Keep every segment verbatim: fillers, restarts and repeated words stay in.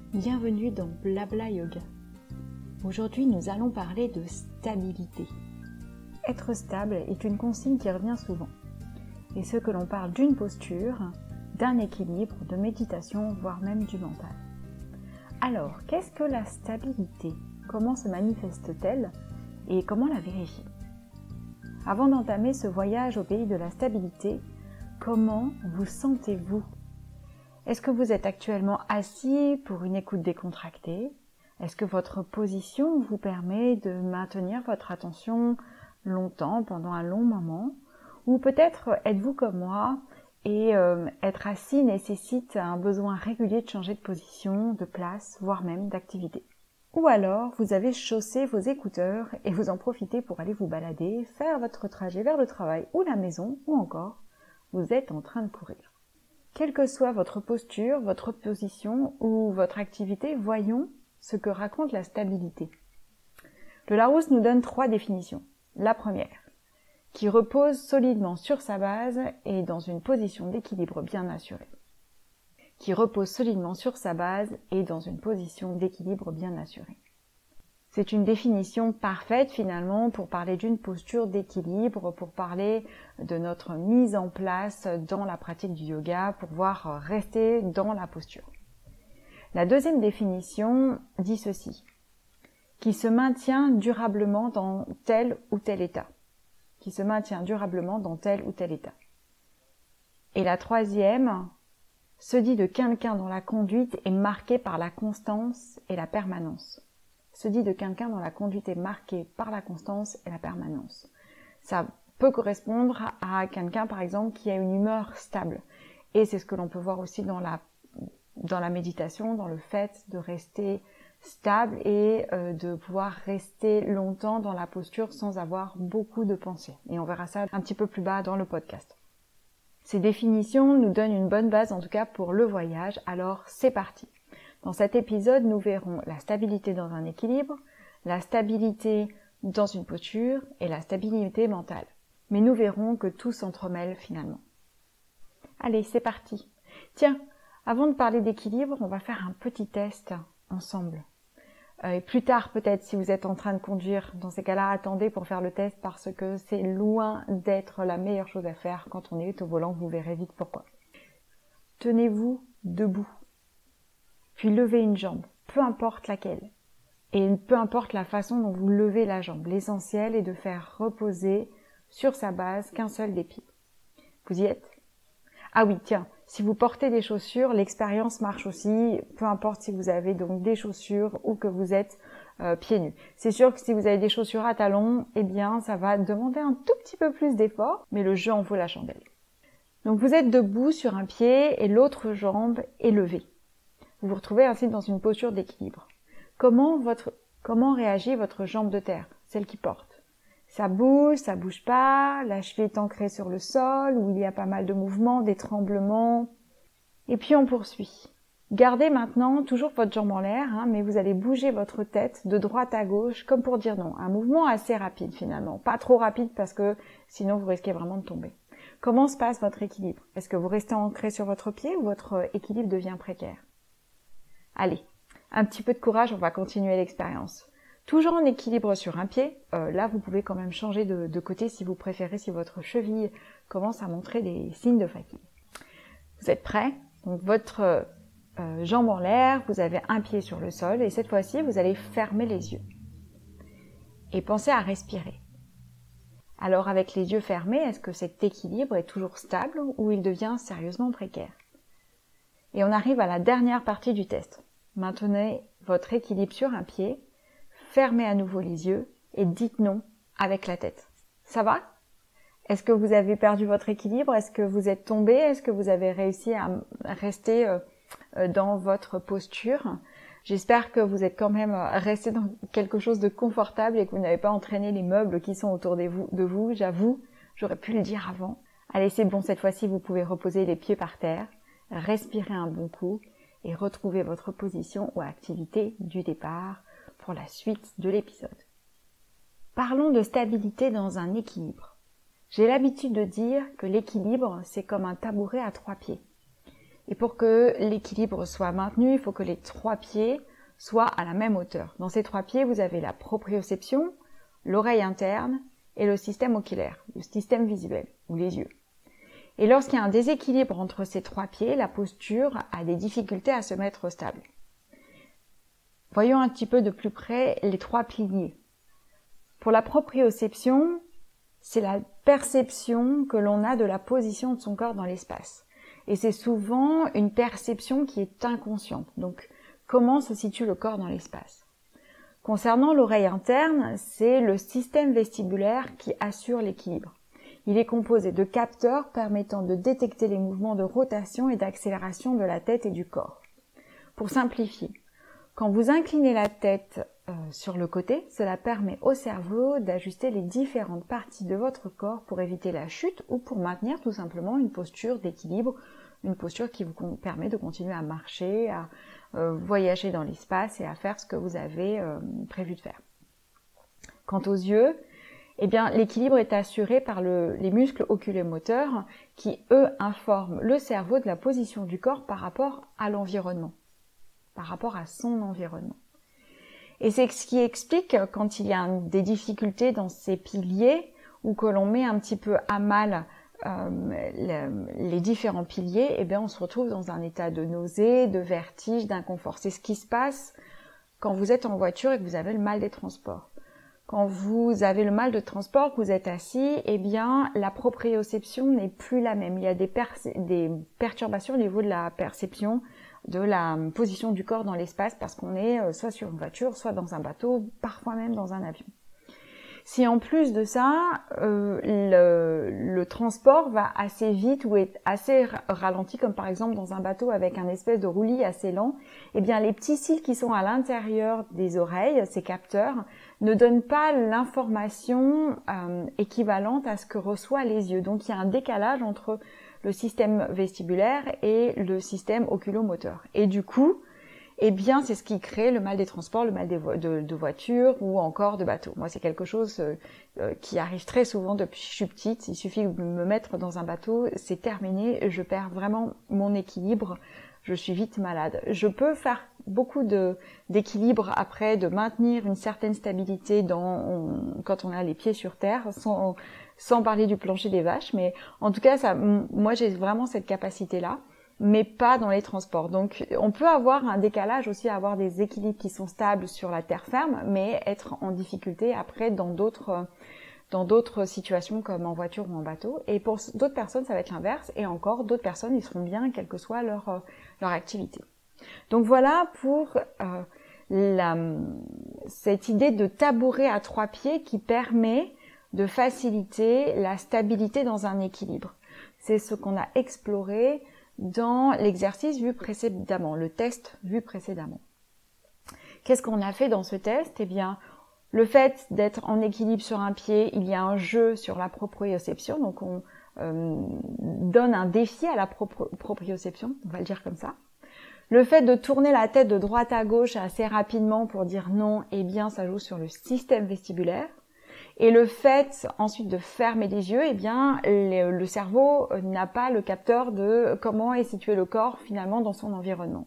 Bienvenue dans Blabla Yoga. Aujourd'hui, nous allons parler de stabilité. Être stable est une consigne qui revient souvent. Et ce que l'on parle d'une posture, d'un équilibre, de méditation, voire même du mental. Alors, qu'est-ce que la stabilité ? Comment se manifeste-t-elle et comment la vérifier ? Avant d'entamer ce voyage au pays de la stabilité, comment vous sentez-vous ? Est-ce que vous êtes actuellement assis pour une écoute décontractée ? Est-ce que votre position vous permet de maintenir votre attention longtemps, pendant un long moment ? Ou peut-être êtes-vous comme moi et euh, être assis nécessite un besoin régulier de changer de position, de place, voire même d'activité. Ou alors vous avez chaussé vos écouteurs et vous en profitez pour aller vous balader, faire votre trajet vers le travail ou la maison, ou encore vous êtes en train de courir. Quelle que soit votre posture, votre position ou votre activité, voyons ce que raconte la stabilité. Le Larousse nous donne trois définitions. La première, qui repose solidement sur sa base et dans une position d'équilibre bien assurée. Qui repose solidement sur sa base et dans une position d'équilibre bien assurée. C'est une définition parfaite finalement pour parler d'une posture d'équilibre, pour parler de notre mise en place dans la pratique du yoga, pour pouvoir rester dans la posture. La deuxième définition dit ceci, qui se maintient durablement dans tel ou tel état. Qui se maintient durablement dans tel ou tel état. Et la troisième se dit de quelqu'un dont la conduite est marquée par la constance et la permanence. Se dit de quelqu'un dont la conduite est marquée par la constance et la permanence. Ça peut correspondre à quelqu'un, par exemple, qui a une humeur stable. Et c'est ce que l'on peut voir aussi dans la, dans la méditation, dans le fait de rester stable et euh, de pouvoir rester longtemps dans la posture sans avoir beaucoup de pensées. Et on verra ça un petit peu plus bas dans le podcast. Ces définitions nous donnent une bonne base, en tout cas pour le voyage, alors c'est parti. Dans cet épisode, nous verrons la stabilité dans un équilibre, la stabilité dans une posture et la stabilité mentale. Mais nous verrons que tout s'entremêle finalement. Allez, c'est parti. Tiens, avant de parler d'équilibre, on va faire un petit test ensemble. Euh, et plus tard peut-être, si vous êtes en train de conduire, dans ces cas-là, attendez pour faire le test parce que c'est loin d'être la meilleure chose à faire quand on est au volant, vous verrez vite pourquoi. Tenez-vous debout. Puis levez une jambe, peu importe laquelle, et peu importe la façon dont vous levez la jambe. L'essentiel est de faire reposer sur sa base qu'un seul des pieds. Vous y êtes ? Ah oui, tiens, si vous portez des chaussures, l'expérience marche aussi, peu importe si vous avez donc des chaussures ou que vous êtes euh, pieds nus. C'est sûr que si vous avez des chaussures à talons, eh bien ça va demander un tout petit peu plus d'effort, mais le jeu en vaut la chandelle. Donc vous êtes debout sur un pied et l'autre jambe est levée. Vous vous retrouvez ainsi dans une posture d'équilibre. Comment votre, comment réagit votre jambe de terre, celle qui porte ? Ça bouge, ça bouge pas, la cheville est ancrée sur le sol, où il y a pas mal de mouvements, des tremblements. Et puis on poursuit. Gardez maintenant toujours votre jambe en l'air, hein, mais vous allez bouger votre tête de droite à gauche, comme pour dire non. Un mouvement assez rapide finalement, pas trop rapide parce que sinon vous risquez vraiment de tomber. Comment se passe votre équilibre ? Est-ce que vous restez ancré sur votre pied ou votre équilibre devient précaire ? Allez, un petit peu de courage, on va continuer l'expérience. Toujours en équilibre sur un pied, euh, là vous pouvez quand même changer de, de côté si vous préférez, si votre cheville commence à montrer des signes de fatigue. Vous êtes prêts ? Donc votre euh, jambe en l'air, vous avez un pied sur le sol et cette fois-ci vous allez fermer les yeux. Et pensez à respirer. Alors avec les yeux fermés, est-ce que cet équilibre est toujours stable ou il devient sérieusement précaire ? Et on arrive à la dernière partie du test. Maintenez votre équilibre sur un pied, fermez à nouveau les yeux et dites non avec la tête. Ça va ? Est-ce que vous avez perdu votre équilibre ? Est-ce que vous êtes tombé ? Est-ce que vous avez réussi à rester dans votre posture ? J'espère que vous êtes quand même resté dans quelque chose de confortable et que vous n'avez pas entraîné les meubles qui sont autour de vous. De vous. J'avoue, j'aurais pu le dire avant. Allez, c'est bon, cette fois-ci, vous pouvez reposer les pieds par terre. Respirez un bon coup et retrouvez votre position ou activité du départ pour la suite de l'épisode. Parlons de stabilité dans un équilibre. J'ai l'habitude de dire que l'équilibre, c'est comme un tabouret à trois pieds. Et pour que l'équilibre soit maintenu, il faut que les trois pieds soient à la même hauteur. Dans ces trois pieds, vous avez la proprioception, l'oreille interne et le système oculaire, le système visuel, ou les yeux. Et lorsqu'il y a un déséquilibre entre ces trois pieds, la posture a des difficultés à se mettre stable. Voyons un petit peu de plus près les trois piliers. Pour la proprioception, c'est la perception que l'on a de la position de son corps dans l'espace. Et c'est souvent une perception qui est inconsciente. Donc, comment se situe le corps dans l'espace? Concernant l'oreille interne, c'est le système vestibulaire qui assure l'équilibre. Il est composé de capteurs permettant de détecter les mouvements de rotation et d'accélération de la tête et du corps. Pour simplifier, quand vous inclinez la tête euh, sur le côté, cela permet au cerveau d'ajuster les différentes parties de votre corps pour éviter la chute ou pour maintenir tout simplement une posture d'équilibre, une posture qui vous permet de continuer à marcher, à euh, voyager dans l'espace et à faire ce que vous avez euh, prévu de faire. Quant aux yeux, eh bien, l'équilibre est assuré par le, les muscles oculomoteurs qui, eux, informent le cerveau de la position du corps par rapport à l'environnement, par rapport à son environnement. Et c'est ce qui explique quand il y a des difficultés dans ces piliers ou que l'on met un petit peu à mal euh, les différents piliers, eh bien, on se retrouve dans un état de nausée, de vertige, d'inconfort. C'est ce qui se passe quand vous êtes en voiture et que vous avez le mal des transports. Quand vous avez le mal de transport, que vous êtes assis, eh bien, la proprioception n'est plus la même. Il y a des, per- des perturbations au niveau de la perception de la position du corps dans l'espace parce qu'on est soit sur une voiture, soit dans un bateau, parfois même dans un avion. Si en plus de ça, euh, le, le transport va assez vite ou est assez ralenti, comme par exemple dans un bateau avec un espèce de roulis assez lent, eh bien les petits cils qui sont à l'intérieur des oreilles, ces capteurs, ne donnent pas l'information euh, équivalente à ce que reçoivent les yeux. Donc il y a un décalage entre le système vestibulaire et le système oculomoteur. Et du coup, eh bien, c'est ce qui crée le mal des transports, le mal des vo- de, de voitures ou encore de bateaux. Moi, c'est quelque chose euh, qui arrive très souvent depuis que je suis petite. Il suffit de me mettre dans un bateau, c'est terminé, je perds vraiment mon équilibre, je suis vite malade. Je peux faire beaucoup de d'équilibre après, de maintenir une certaine stabilité dans on, quand on a les pieds sur terre, sans sans parler du plancher des vaches, mais en tout cas, ça, moi, j'ai vraiment cette capacité-là, mais pas dans les transports. Donc, on peut avoir un décalage aussi, avoir des équilibres qui sont stables sur la terre ferme, mais être en difficulté après dans d'autres dans d'autres situations comme en voiture ou en bateau. Et pour d'autres personnes, ça va être l'inverse. Et encore, d'autres personnes, ils seront bien, quelle que soit leur leur activité. Donc voilà pour euh, la, cette idée de tabouret à trois pieds qui permet de faciliter la stabilité dans un équilibre. C'est ce qu'on a exploré dans l'exercice vu précédemment, le test vu précédemment. Qu'est-ce qu'on a fait dans ce test? Eh bien, le fait d'être en équilibre sur un pied, il y a un jeu sur la proprioception, donc on euh, donne un défi à la propre, proprioception, on va le dire comme ça. Le fait de tourner la tête de droite à gauche assez rapidement pour dire non, eh bien, ça joue sur le système vestibulaire. Et le fait ensuite de fermer les yeux, eh bien, le, le cerveau n'a pas le capteur de comment est situé le corps finalement dans son environnement.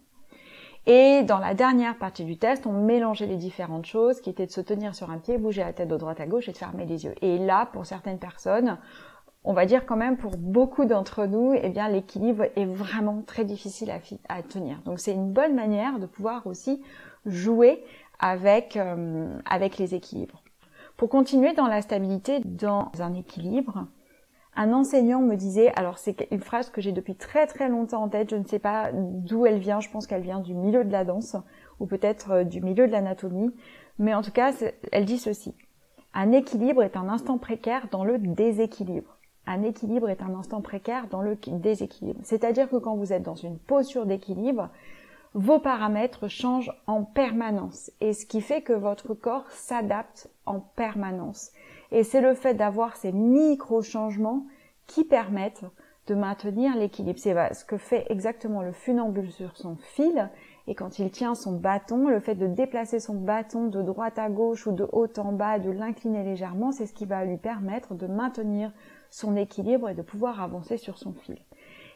Et dans la dernière partie du test, on mélangeait les différentes choses qui étaient de se tenir sur un pied, bouger la tête de droite à gauche et de fermer les yeux. Et là, pour certaines personnes, on va dire quand même pour beaucoup d'entre nous, eh bien, l'équilibre est vraiment très difficile à, à tenir. Donc c'est une bonne manière de pouvoir aussi jouer avec, euh, avec les équilibres. Pour continuer dans la stabilité, dans un équilibre, un enseignant me disait, alors c'est une phrase que j'ai depuis très très longtemps en tête, je ne sais pas d'où elle vient, je pense qu'elle vient du milieu de la danse ou peut-être du milieu de l'anatomie, mais en tout cas, elle dit ceci. Un équilibre est un instant précaire dans le déséquilibre. Un équilibre est un instant précaire dans le déséquilibre. C'est-à-dire que quand vous êtes dans une posture d'équilibre, vos paramètres changent en permanence et ce qui fait que votre corps s'adapte en permanence. Et c'est le fait d'avoir ces micro-changements qui permettent de maintenir l'équilibre. C'est ce que fait exactement le funambule sur son fil et quand il tient son bâton, le fait de déplacer son bâton de droite à gauche ou de haut en bas, de l'incliner légèrement, c'est ce qui va lui permettre de maintenir son équilibre et de pouvoir avancer sur son fil.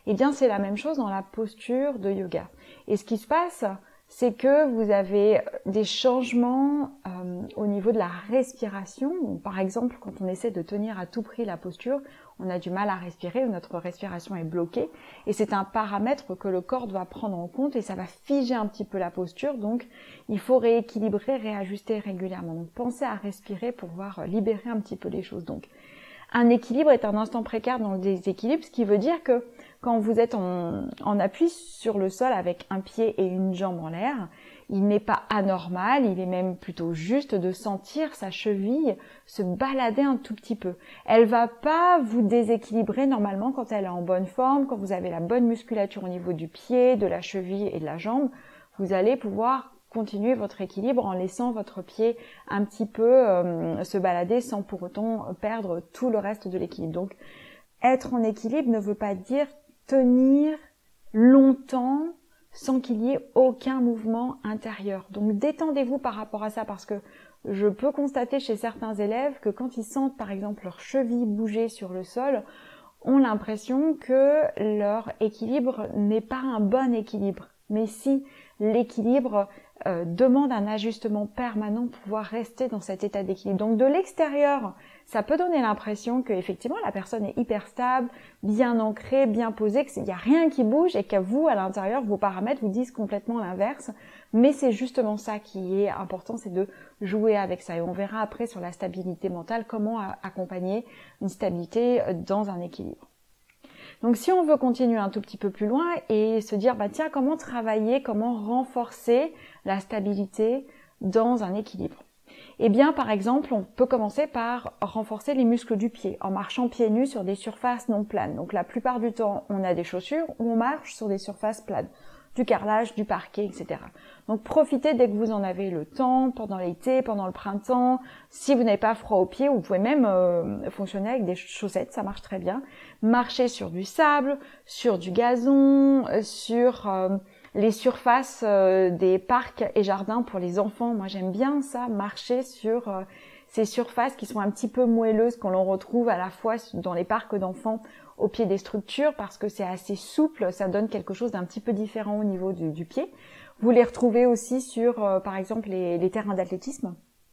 Eh bien, c'est la même chose dans la posture de yoga. Et ce qui se passe, c'est que vous avez des changements euh, au niveau de la respiration. Par exemple, quand on essaie de tenir à tout prix la posture, on a du mal à respirer, notre respiration est bloquée. Et c'est un paramètre que le corps doit prendre en compte et ça va figer un petit peu la posture. Donc, il faut rééquilibrer, réajuster régulièrement. Donc, pensez à respirer pour pouvoir libérer un petit peu les choses. Donc, un équilibre est un instant précaire dans le déséquilibre, ce qui veut dire que quand vous êtes en, en appui sur le sol avec un pied et une jambe en l'air, il n'est pas anormal, il est même plutôt juste de sentir sa cheville se balader un tout petit peu. Elle va pas vous déséquilibrer normalement quand elle est en bonne forme, quand vous avez la bonne musculature au niveau du pied, de la cheville et de la jambe. Vous allez pouvoir continuer votre équilibre en laissant votre pied un petit peu euh, se balader sans pour autant perdre tout le reste de l'équilibre. Donc, être en équilibre ne veut pas dire tenir longtemps sans qu'il y ait aucun mouvement intérieur. Donc, détendez-vous par rapport à ça parce que je peux constater chez certains élèves que quand ils sentent par exemple leur cheville bouger sur le sol, ont l'impression que leur équilibre n'est pas un bon équilibre. Mais si l'équilibre euh, demande un ajustement permanent pour pouvoir rester dans cet état d'équilibre. Donc de l'extérieur, ça peut donner l'impression que effectivement la personne est hyper stable, bien ancrée, bien posée, qu'il n'y a rien qui bouge et qu'à vous, à l'intérieur, vos paramètres vous disent complètement l'inverse. Mais c'est justement ça qui est important, c'est de jouer avec ça. Et on verra après sur la stabilité mentale comment accompagner une stabilité dans un équilibre. Donc si on veut continuer un tout petit peu plus loin et se dire bah tiens comment travailler, comment renforcer la stabilité dans un équilibre. Eh bien par exemple on peut commencer par renforcer les muscles du pied en marchant pieds nus sur des surfaces non planes. Donc la plupart du temps on a des chaussures où on marche sur des surfaces planes, du carrelage, du parquet, et cetera. Donc profitez dès que vous en avez le temps, pendant l'été, pendant le printemps. Si vous n'avez pas froid aux pieds, vous pouvez même euh, fonctionner avec des chaussettes, ça marche très bien. Marchez sur du sable, sur du gazon, euh, sur euh, les surfaces euh, des parcs et jardins pour les enfants. Moi j'aime bien ça, marcher sur euh, ces surfaces qui sont un petit peu moelleuses, qu'on l'on retrouve à la fois dans les parcs d'enfants au pied des structures parce que c'est assez souple, ça donne quelque chose d'un petit peu différent au niveau du, du pied. Vous les retrouvez aussi sur, euh, par exemple, les, les terrains d'athlétisme.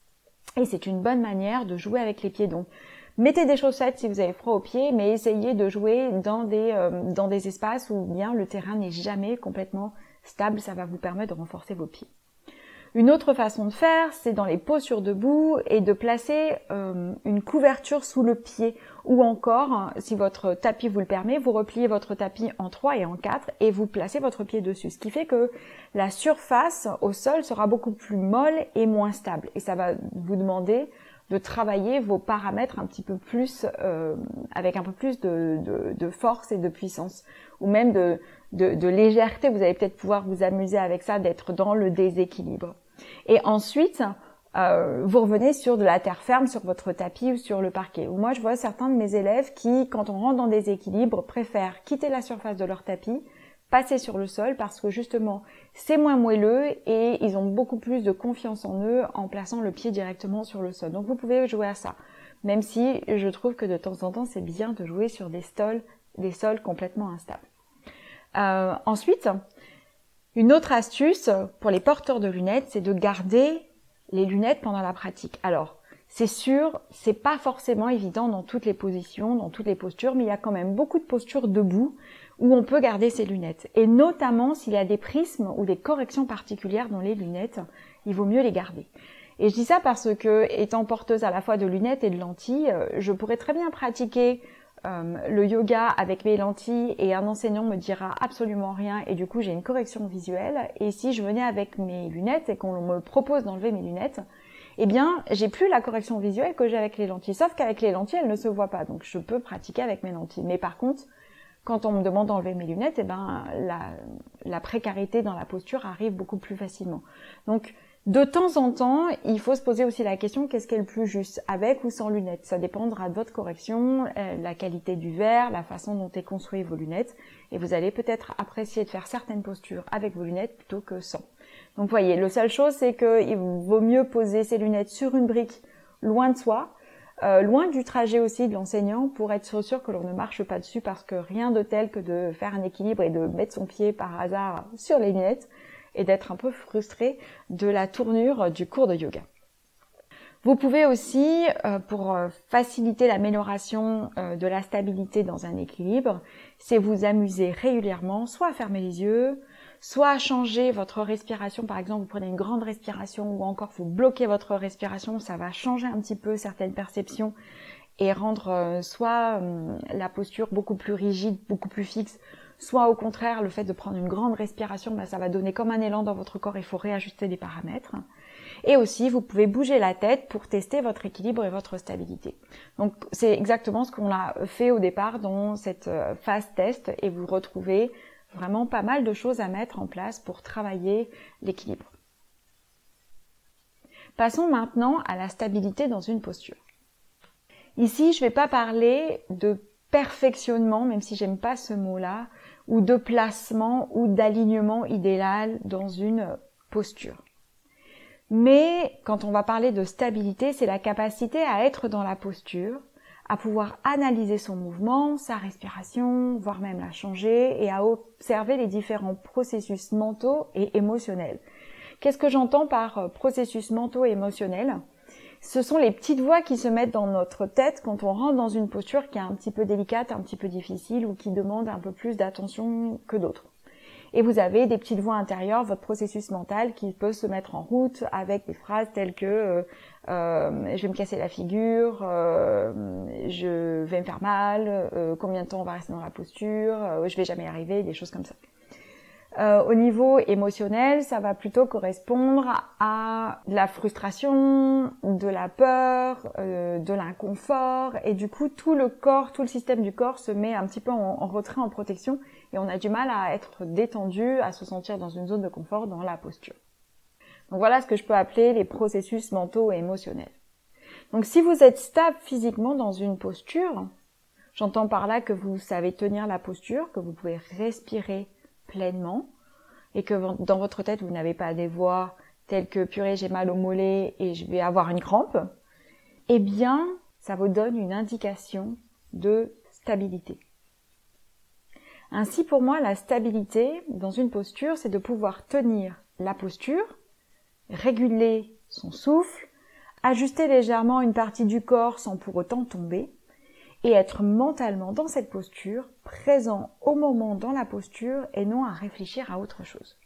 Et c'est une bonne manière de jouer avec les pieds. Donc, mettez des chaussettes si vous avez froid aux pieds, mais essayez de jouer dans des, euh, dans des espaces où bien le terrain n'est jamais complètement stable. Ça va vous permettre de renforcer vos pieds. Une autre façon de faire, c'est dans les postures debout et de placer euh, une couverture sous le pied ou encore, si votre tapis vous le permet, vous repliez votre tapis en trois et en quatre et vous placez votre pied dessus. Ce qui fait que la surface au sol sera beaucoup plus molle et moins stable. Et ça va vous demander de travailler vos paramètres un petit peu plus, euh, avec un peu plus de, de, de force et de puissance ou même de, de, de légèreté. Vous allez peut-être pouvoir vous amuser avec ça, d'être dans le déséquilibre. Et ensuite, euh, vous revenez sur de la terre ferme, sur votre tapis ou sur le parquet. Ou moi, je vois certains de mes élèves qui, quand on rentre dans des équilibres, préfèrent quitter la surface de leur tapis, passer sur le sol parce que justement, c'est moins moelleux et ils ont beaucoup plus de confiance en eux en plaçant le pied directement sur le sol. Donc, vous pouvez jouer à ça. Même si je trouve que de temps en temps, c'est bien de jouer sur des sols, des sols complètement instables. Euh, ensuite, une autre astuce pour les porteurs de lunettes, c'est de garder les lunettes pendant la pratique. Alors, c'est sûr, c'est pas forcément évident dans toutes les positions, dans toutes les postures, mais il y a quand même beaucoup de postures debout où on peut garder ses lunettes. Et notamment, s'il y a des prismes ou des corrections particulières dans les lunettes, il vaut mieux les garder. Et je dis ça parce que, étant porteuse à la fois de lunettes et de lentilles, je pourrais très bien pratiquer Euh, le yoga avec mes lentilles et un enseignant me dira absolument rien et du coup j'ai une correction visuelle. Et si je venais avec mes lunettes et qu'on me propose d'enlever mes lunettes, eh bien j'ai plus la correction visuelle que j'ai avec les lentilles, sauf qu'avec les lentilles elles ne se voient pas, donc je peux pratiquer avec mes lentilles. Mais par contre, quand on me demande d'enlever mes lunettes, eh ben la, la précarité dans la posture arrive beaucoup plus facilement. Donc de temps en temps, il faut se poser aussi la question, qu'est-ce qui est le plus juste, avec ou sans lunettes? Ça dépendra de votre correction, euh, la qualité du verre, la façon dont est construit vos lunettes, et vous allez peut-être apprécier de faire certaines postures avec vos lunettes plutôt que sans. Donc voyez, la seule chose, c'est qu'il vaut mieux poser ses lunettes sur une brique loin de soi, euh, loin du trajet aussi de l'enseignant pour être sûr que l'on ne marche pas dessus, parce que rien de tel que de faire un équilibre et de mettre son pied par hasard sur les lunettes et d'être un peu frustré de la tournure du cours de yoga. Vous pouvez aussi, euh, pour faciliter l'amélioration euh, de la stabilité dans un équilibre, c'est vous amuser régulièrement, soit à fermer les yeux, soit à changer votre respiration. Par exemple, vous prenez une grande respiration ou encore vous bloquez votre respiration, ça va changer un petit peu certaines perceptions et rendre euh, soit euh, la posture beaucoup plus rigide, beaucoup plus fixe, soit au contraire, le fait de prendre une grande respiration, ben, ça va donner comme un élan dans votre corps, il faut réajuster les paramètres. Et aussi, vous pouvez bouger la tête pour tester votre équilibre et votre stabilité. Donc, c'est exactement ce qu'on a fait au départ dans cette phase test et vous retrouvez vraiment pas mal de choses à mettre en place pour travailler l'équilibre. Passons maintenant à la stabilité dans une posture. Ici, je ne vais pas parler de perfectionnement, même si j'aime pas ce mot-là, ou de placement ou d'alignement idéal dans une posture. Mais quand on va parler de stabilité, c'est la capacité à être dans la posture, à pouvoir analyser son mouvement, sa respiration, voire même la changer, et à observer les différents processus mentaux et émotionnels. Qu'est-ce que j'entends par processus mentaux et émotionnels ? Ce sont les petites voix qui se mettent dans notre tête quand on rentre dans une posture qui est un petit peu délicate, un petit peu difficile ou qui demande un peu plus d'attention que d'autres. Et vous avez des petites voix intérieures, votre processus mental qui peut se mettre en route avec des phrases telles que euh, euh, « je vais me casser la figure euh, »,« je vais me faire mal euh, »,« combien de temps on va rester dans la posture euh, »,« je vais jamais y arriver », des choses comme ça. Euh, au niveau émotionnel, ça va plutôt correspondre à de la frustration, de la peur, euh, de l'inconfort, et du coup tout le corps, tout le système du corps se met un petit peu en, en retrait, en protection, et on a du mal à être détendu, à se sentir dans une zone de confort dans la posture. Donc voilà ce que je peux appeler les processus mentaux et émotionnels. Donc si vous êtes stable physiquement dans une posture, j'entends par là que vous savez tenir la posture, que vous pouvez respirer pleinement, et que dans votre tête vous n'avez pas des voix telles que purée j'ai mal au mollet et je vais avoir une crampe, eh bien ça vous donne une indication de stabilité. Ainsi pour moi la stabilité dans une posture, c'est de pouvoir tenir la posture, réguler son souffle, ajuster légèrement une partie du corps sans pour autant tomber, et être mentalement dans cette posture, présent au moment dans la posture et non à réfléchir à autre chose.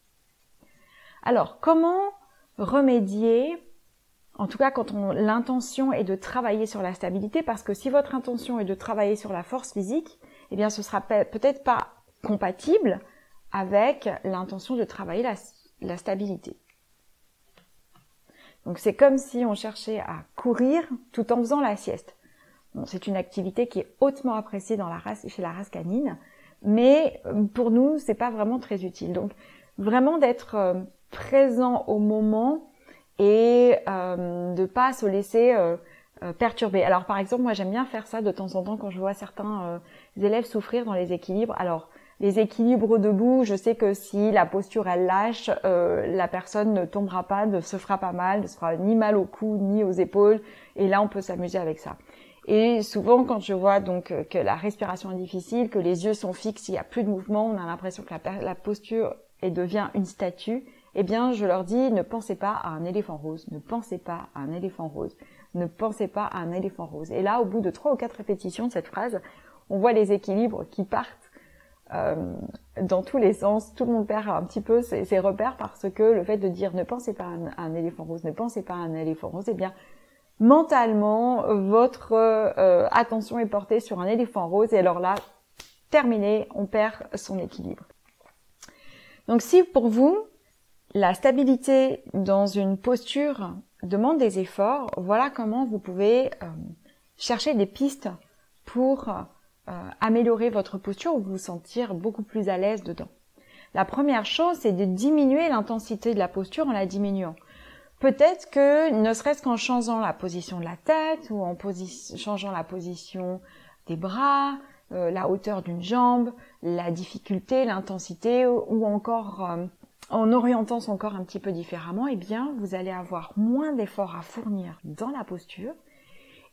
Alors, comment remédier, en tout cas quand on, l'intention est de travailler sur la stabilité, parce que si votre intention est de travailler sur la force physique, eh bien ce sera peut-être pas compatible avec l'intention de travailler la, la stabilité. Donc c'est comme si on cherchait à courir tout en faisant la sieste. Bon, c'est une activité qui est hautement appréciée dans la race, chez la race canine, mais pour nous, c'est pas vraiment très utile. Donc, vraiment d'être euh, présent au moment et euh, de pas se laisser euh, euh, perturber. Alors, par exemple, moi, j'aime bien faire ça de temps en temps quand je vois certains euh, élèves souffrir dans les équilibres. Alors, les équilibres debout, je sais que si la posture elle lâche, euh, la personne ne tombera pas, ne se fera pas mal, ne se fera ni mal au cou ni aux épaules, et là, on peut s'amuser avec ça. Et souvent, quand je vois donc que la respiration est difficile, que les yeux sont fixes, il n'y a plus de mouvement, on a l'impression que la, la posture et devient une statue, eh bien, je leur dis, ne pensez pas à un éléphant rose, ne pensez pas à un éléphant rose, ne pensez pas à un éléphant rose. Et là, au bout de trois ou quatre répétitions de cette phrase, on voit les équilibres qui partent euh, dans tous les sens. Tout le monde perd un petit peu ses, ses repères parce que le fait de dire, ne pensez pas à un, à un éléphant rose, ne pensez pas à un éléphant rose, eh bien, mentalement, votre euh, attention est portée sur un éléphant rose et alors là, terminé, on perd son équilibre. Donc si pour vous, la stabilité dans une posture demande des efforts, voilà comment vous pouvez euh, chercher des pistes pour euh, améliorer votre posture ou vous sentir beaucoup plus à l'aise dedans. La première chose, c'est de diminuer l'intensité de la posture en la diminuant. Peut-être que, ne serait-ce qu'en changeant la position de la tête ou en posi- changeant la position des bras, euh, la hauteur d'une jambe, la difficulté, l'intensité ou encore euh, en orientant son corps un petit peu différemment, eh bien, vous allez avoir moins d'efforts à fournir dans la posture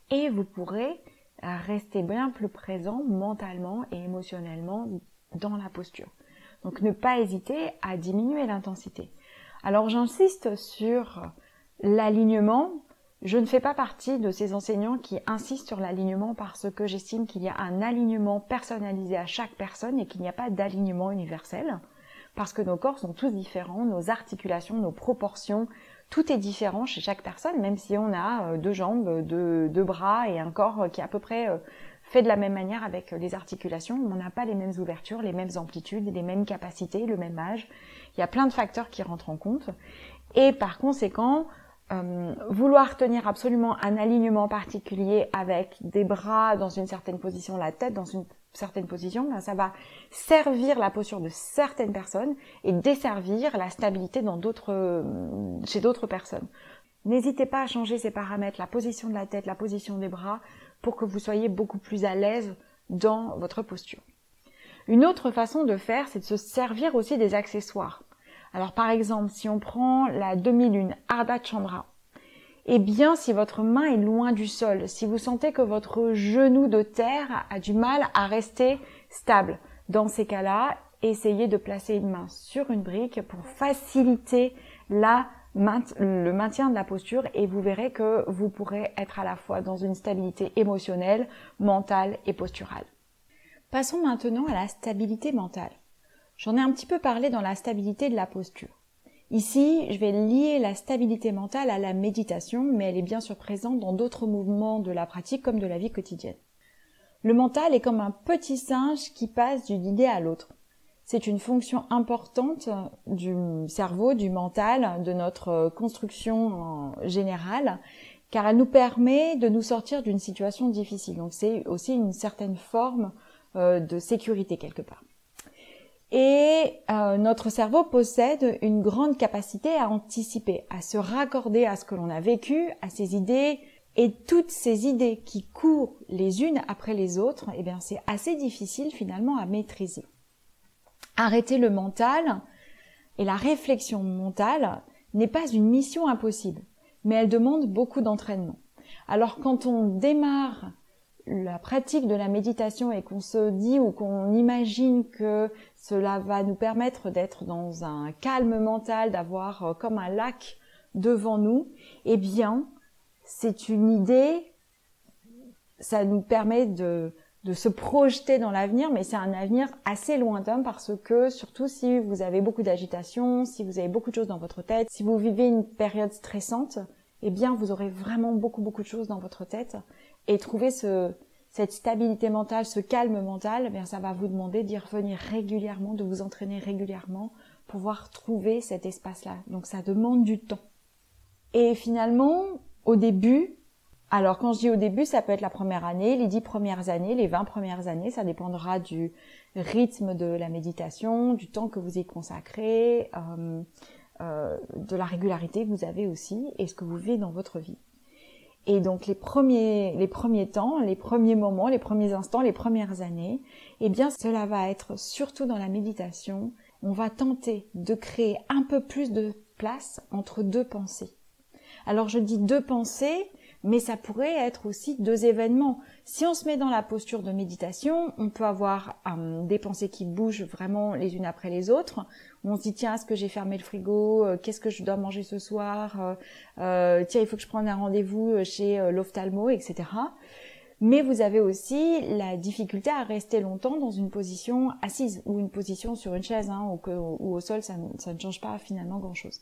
et vous pourrez rester bien plus présent mentalement et émotionnellement dans la posture. Donc ne pas hésiter à diminuer l'intensité. Alors j'insiste sur l'alignement. Je ne fais pas partie de ces enseignants qui insistent sur l'alignement parce que j'estime qu'il y a un alignement personnalisé à chaque personne et qu'il n'y a pas d'alignement universel. Parce que nos corps sont tous différents, nos articulations, nos proportions, tout est différent chez chaque personne, même si on a deux jambes, deux, deux bras et un corps qui est à peu près fait de la même manière avec les articulations. On n'a pas les mêmes ouvertures, les mêmes amplitudes, les mêmes capacités, le même âge. Il y a plein de facteurs qui rentrent en compte. Et par conséquent, Euh, vouloir tenir absolument un alignement particulier avec des bras dans une certaine position, la tête dans une certaine position, ben ça va servir la posture de certaines personnes et desservir la stabilité dans d'autres, euh, chez d'autres personnes. N'hésitez pas à changer ces paramètres, la position de la tête, la position des bras, pour que vous soyez beaucoup plus à l'aise dans votre posture. Une autre façon de faire, c'est de se servir aussi des accessoires. Alors par exemple, si on prend la demi-lune, Ardha Chandra, eh bien si votre main est loin du sol, si vous sentez que votre genou de terre a du mal à rester stable, dans ces cas-là, essayez de placer une main sur une brique pour faciliter la, le maintien de la posture et vous verrez que vous pourrez être à la fois dans une stabilité émotionnelle, mentale et posturale. Passons maintenant à la stabilité mentale. J'en ai un petit peu parlé dans la stabilité de la posture. Ici, je vais lier la stabilité mentale à la méditation, mais elle est bien sûr présente dans d'autres mouvements de la pratique comme de la vie quotidienne. Le mental est comme un petit singe qui passe d'une idée à l'autre. C'est une fonction importante du cerveau, du mental, de notre construction générale, car elle nous permet de nous sortir d'une situation difficile. Donc c'est aussi une certaine forme de sécurité quelque part. Et euh, notre cerveau possède une grande capacité à anticiper, à se raccorder à ce que l'on a vécu, à ses idées, et toutes ces idées qui courent les unes après les autres, eh bien c'est assez difficile finalement à maîtriser. Arrêter le mental et la réflexion mentale n'est pas une mission impossible, mais elle demande beaucoup d'entraînement. Alors quand on démarre la pratique de la méditation et qu'on se dit ou qu'on imagine que cela va nous permettre d'être dans un calme mental, d'avoir comme un lac devant nous, eh bien, c'est une idée, ça nous permet de, de se projeter dans l'avenir, mais c'est un avenir assez lointain parce que, surtout si vous avez beaucoup d'agitation, si vous avez beaucoup de choses dans votre tête, si vous vivez une période stressante, eh bien, vous aurez vraiment beaucoup, beaucoup de choses dans votre tête. Et trouver ce, cette stabilité mentale, ce calme mental, eh bien, ça va vous demander d'y revenir régulièrement, de vous entraîner régulièrement pour pouvoir trouver cet espace-là. Donc, ça demande du temps. Et finalement, au début, alors quand je dis au début, ça peut être la première année, les dix premières années, les vingt premières années, ça dépendra du rythme de la méditation, du temps que vous y consacrez, euh, euh, de la régularité que vous avez aussi et ce que vous vivez dans votre vie. Et donc les premiers, les premiers temps, les premiers moments, les premiers instants, les premières années, eh bien cela va être surtout dans la méditation. On va tenter de créer un peu plus de place entre deux pensées. Alors je dis deux pensées, mais ça pourrait être aussi deux événements. Si on se met dans la posture de méditation, on peut avoir euh, des pensées qui bougent vraiment les unes après les autres. On se dit tiens, est-ce que j'ai fermé le frigo, euh, qu'est-ce que je dois manger ce soir, euh, euh, tiens, il faut que je prenne un rendez-vous chez euh, l'ophtalmo, et cetera. Mais vous avez aussi la difficulté à rester longtemps dans une position assise ou une position sur une chaise hein, ou, que, ou au sol, ça, ça ne change pas finalement grand-chose.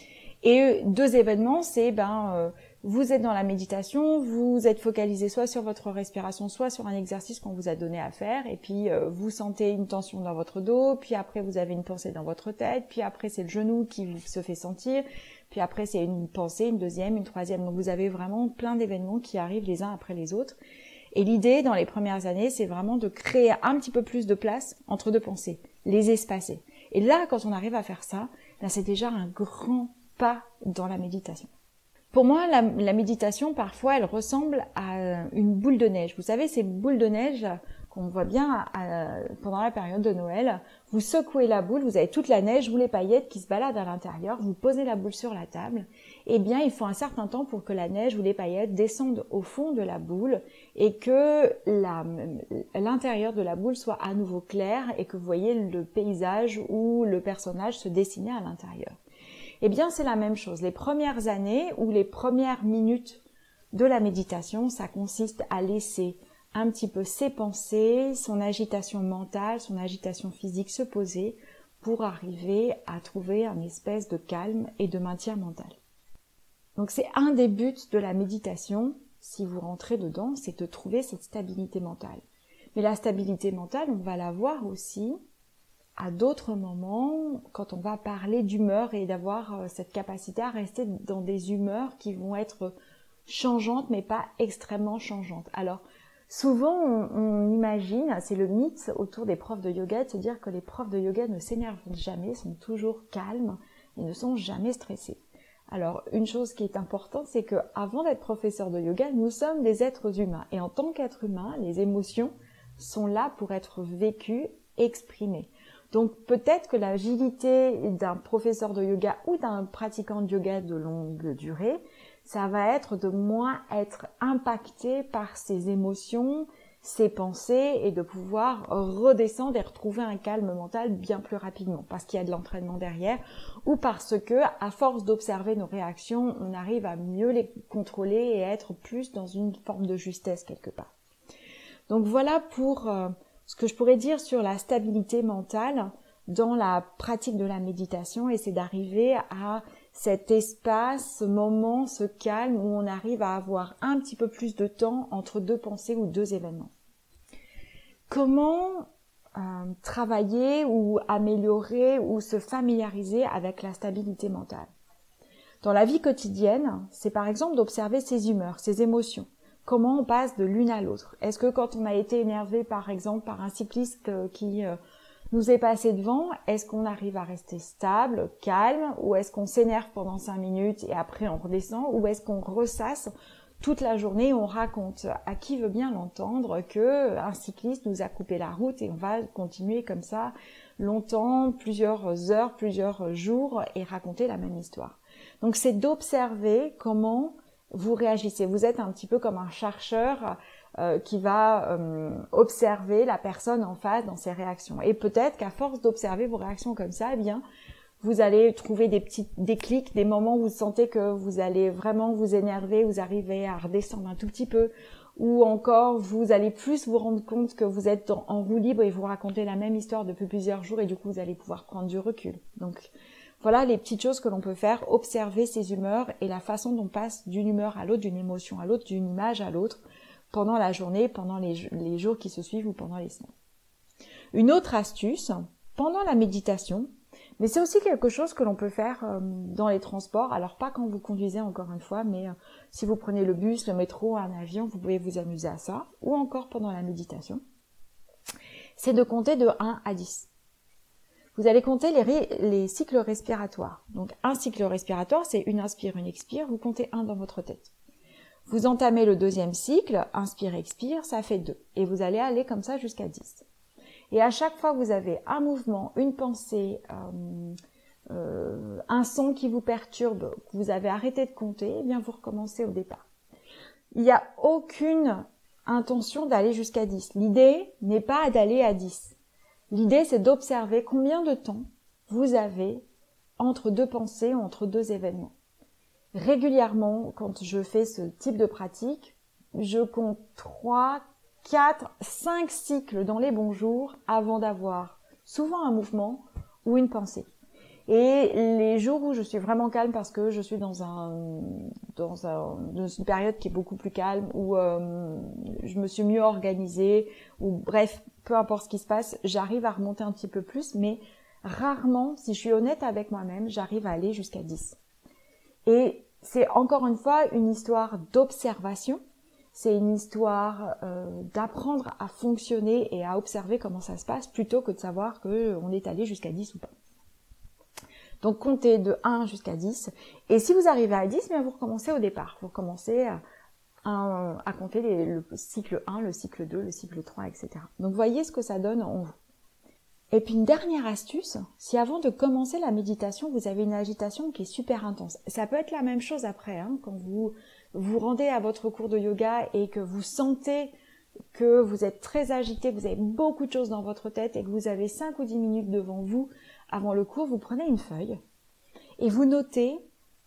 Et deux événements, c'est ben euh, vous êtes dans la méditation, vous êtes focalisé soit sur votre respiration, soit sur un exercice qu'on vous a donné à faire, et puis euh, vous sentez une tension dans votre dos, puis après vous avez une pensée dans votre tête, puis après c'est le genou qui vous se fait sentir, puis après c'est une pensée, une deuxième, une troisième. Donc vous avez vraiment plein d'événements qui arrivent les uns après les autres. Et l'idée dans les premières années, c'est vraiment de créer un petit peu plus de place entre deux pensées, les espacer. Et là, quand on arrive à faire ça, ben, c'est déjà un grand pas dans la méditation. Pour moi, la, la méditation, parfois, elle ressemble à une boule de neige. Vous savez, ces boules de neige qu'on voit bien à, à, pendant la période de Noël. Vous secouez la boule, vous avez toute la neige ou les paillettes qui se baladent à l'intérieur, vous posez la boule sur la table. Eh bien, il faut un certain temps pour que la neige ou les paillettes descendent au fond de la boule et que la, l'intérieur de la boule soit à nouveau clair et que vous voyez le paysage ou le personnage se dessiner à l'intérieur. Eh bien, c'est la même chose. Les premières années ou les premières minutes de la méditation, ça consiste à laisser un petit peu ses pensées, son agitation mentale, son agitation physique se poser pour arriver à trouver un espèce de calme et de maintien mental. Donc c'est un des buts de la méditation, si vous rentrez dedans, c'est de trouver cette stabilité mentale. Mais la stabilité mentale, on va la voir aussi à d'autres moments, quand on va parler d'humeur et d'avoir cette capacité à rester dans des humeurs qui vont être changeantes, mais pas extrêmement changeantes. Alors, souvent, on, on imagine, c'est le mythe autour des profs de yoga, de se dire que les profs de yoga ne s'énervent jamais, sont toujours calmes et ne sont jamais stressés. Alors, une chose qui est importante, c'est que avant d'être professeur de yoga, nous sommes des êtres humains. Et en tant qu'êtres humains, les émotions sont là pour être vécues, exprimées. Donc, peut-être que l'agilité d'un professeur de yoga ou d'un pratiquant de yoga de longue durée, ça va être de moins être impacté par ses émotions, ses pensées et de pouvoir redescendre et retrouver un calme mental bien plus rapidement parce qu'il y a de l'entraînement derrière ou parce que, à force d'observer nos réactions, on arrive à mieux les contrôler et à être plus dans une forme de justesse quelque part. Donc voilà pour euh, ce que je pourrais dire sur la stabilité mentale dans la pratique de la méditation et c'est d'arriver à cet espace, ce moment, ce calme où on arrive à avoir un petit peu plus de temps entre deux pensées ou deux événements. Comment euh, travailler ou améliorer ou se familiariser avec la stabilité mentale? Dans la vie quotidienne, c'est par exemple d'observer ses humeurs, ses émotions. Comment on passe de l'une à l'autre? Est-ce que quand on a été énervé par exemple par un cycliste qui euh, nous est passé devant, est-ce qu'on arrive à rester stable, calme, ou est-ce qu'on s'énerve pendant cinq minutes et après on redescend, ou est-ce qu'on ressasse toute la journée et on raconte à qui veut bien l'entendre que un cycliste nous a coupé la route et on va continuer comme ça longtemps, plusieurs heures, plusieurs jours et raconter la même histoire. Donc c'est d'observer comment vous réagissez. Vous êtes un petit peu comme un chercheur euh, qui va euh, observer la personne en face dans ses réactions. Et peut-être qu'à force d'observer vos réactions comme ça, eh bien, vous allez trouver des petits déclics, des moments où vous sentez que vous allez vraiment vous énerver, vous arrivez à redescendre un tout petit peu, ou encore vous allez plus vous rendre compte que vous êtes en, en roue libre et vous racontez la même histoire depuis plusieurs jours et du coup vous allez pouvoir prendre du recul. Donc voilà les petites choses que l'on peut faire, observer ses humeurs et la façon dont on passe d'une humeur à l'autre, d'une émotion à l'autre, d'une image à l'autre, pendant la journée, pendant les, les jours qui se suivent ou pendant les semaines. Une autre astuce, pendant la méditation, mais c'est aussi quelque chose que l'on peut faire euh, dans les transports, alors pas quand vous conduisez encore une fois, mais euh, si vous prenez le bus, le métro, un avion, vous pouvez vous amuser à ça, ou encore pendant la méditation, c'est de compter de un à dix. Vous allez compter les, ré- les cycles respiratoires. Donc un cycle respiratoire, c'est une inspire, une expire, vous comptez un dans votre tête. Vous entamez le deuxième cycle, inspire, expire, ça fait deux. Et vous allez aller comme ça jusqu'à dix. Et à chaque fois que vous avez un mouvement, une pensée, euh, euh, un son qui vous perturbe, que vous avez arrêté de compter, eh bien vous recommencez au départ. Il n'y a aucune intention d'aller jusqu'à dix. L'idée n'est pas d'aller à dix. L'idée, c'est d'observer combien de temps vous avez entre deux pensées ou entre deux événements. Régulièrement, quand je fais ce type de pratique, je compte trois, quatre, cinq cycles dans les bons jours avant d'avoir souvent un mouvement ou une pensée. Et les jours où je suis vraiment calme parce que je suis dans un dans, un, dans une période qui est beaucoup plus calme, où euh, je me suis mieux organisée, ou bref, peu importe ce qui se passe, j'arrive à remonter un petit peu plus, mais rarement, si je suis honnête avec moi-même, j'arrive à aller jusqu'à dix. Et c'est encore une fois une histoire d'observation, c'est une histoire euh, d'apprendre à fonctionner et à observer comment ça se passe, plutôt que de savoir qu'on est allé jusqu'à dix ou pas. Donc comptez de un jusqu'à dix, et si vous arrivez à dix, bien vous recommencez au départ. Vous recommencez un, à compter les, le cycle un, le cycle deux, le cycle trois, et cetera. Donc voyez ce que ça donne en vous. Et puis une dernière astuce, si avant de commencer la méditation, vous avez une agitation qui est super intense. Ça peut être la même chose après, hein, quand vous vous rendez à votre cours de yoga et que vous sentez que vous êtes très agité, que vous avez beaucoup de choses dans votre tête et que vous avez cinq ou dix minutes devant vous avant le cours, vous prenez une feuille et vous notez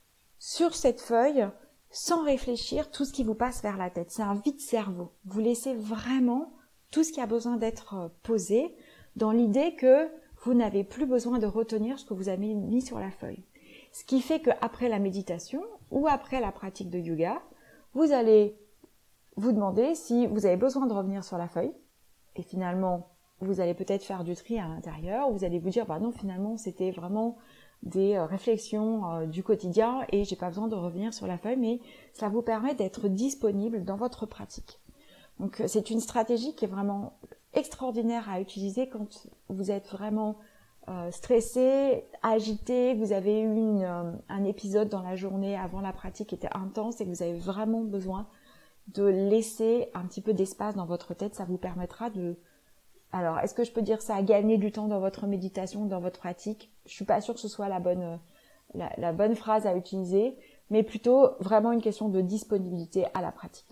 sur cette feuille, sans réfléchir, tout ce qui vous passe vers la tête. C'est un vide-cerveau. Vous laissez vraiment tout ce qui a besoin d'être posé dans l'idée que vous n'avez plus besoin de retenir ce que vous avez mis sur la feuille. Ce qui fait qu'après la méditation ou après la pratique de yoga, vous allez vous demander si vous avez besoin de revenir sur la feuille. Et finalement, vous allez peut-être faire du tri à l'intérieur. Vous allez vous dire, bah non, finalement, c'était vraiment des réflexions euh, du quotidien et j'ai pas besoin de revenir sur la feuille, mais ça vous permet d'être disponible dans votre pratique. Donc c'est une stratégie qui est vraiment extraordinaire à utiliser quand vous êtes vraiment euh, stressé, agité, vous avez eu une, euh, un épisode dans la journée avant la pratique qui était intense et que vous avez vraiment besoin de laisser un petit peu d'espace dans votre tête. Ça vous permettra de... Alors, est-ce que je peux dire ça, gagner du temps dans votre méditation, dans votre pratique? Je suis pas sûre que ce soit la bonne, la, la bonne phrase à utiliser, mais plutôt vraiment une question de disponibilité à la pratique.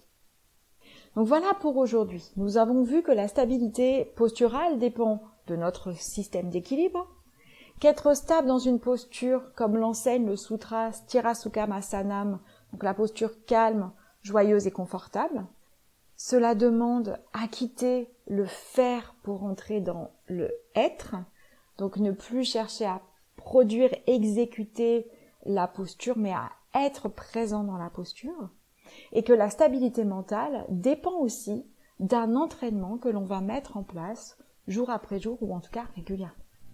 Donc voilà pour aujourd'hui. Nous avons vu que la stabilité posturale dépend de notre système d'équilibre, qu'être stable dans une posture, comme l'enseigne le sutra Sthirasukhasasanam, donc la posture calme, joyeuse et confortable, cela demande à quitter le faire pour entrer dans le être, donc ne plus chercher à produire, exécuter la posture, mais à être présent dans la posture, et que la stabilité mentale dépend aussi d'un entraînement que l'on va mettre en place jour après jour, ou en tout cas régulièrement.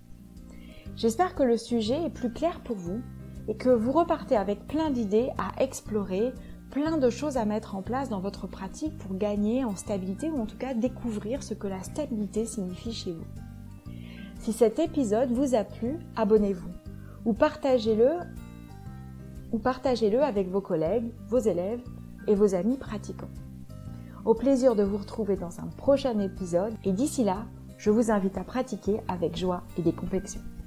J'espère que le sujet est plus clair pour vous, et que vous repartez avec plein d'idées à explorer, plein de choses à mettre en place dans votre pratique pour gagner en stabilité ou en tout cas découvrir ce que la stabilité signifie chez vous. Si cet épisode vous a plu, abonnez-vous ou partagez-le ou partagez-le avec vos collègues, vos élèves et vos amis pratiquants. Au plaisir de vous retrouver dans un prochain épisode et d'ici là, je vous invite à pratiquer avec joie et décomplexation.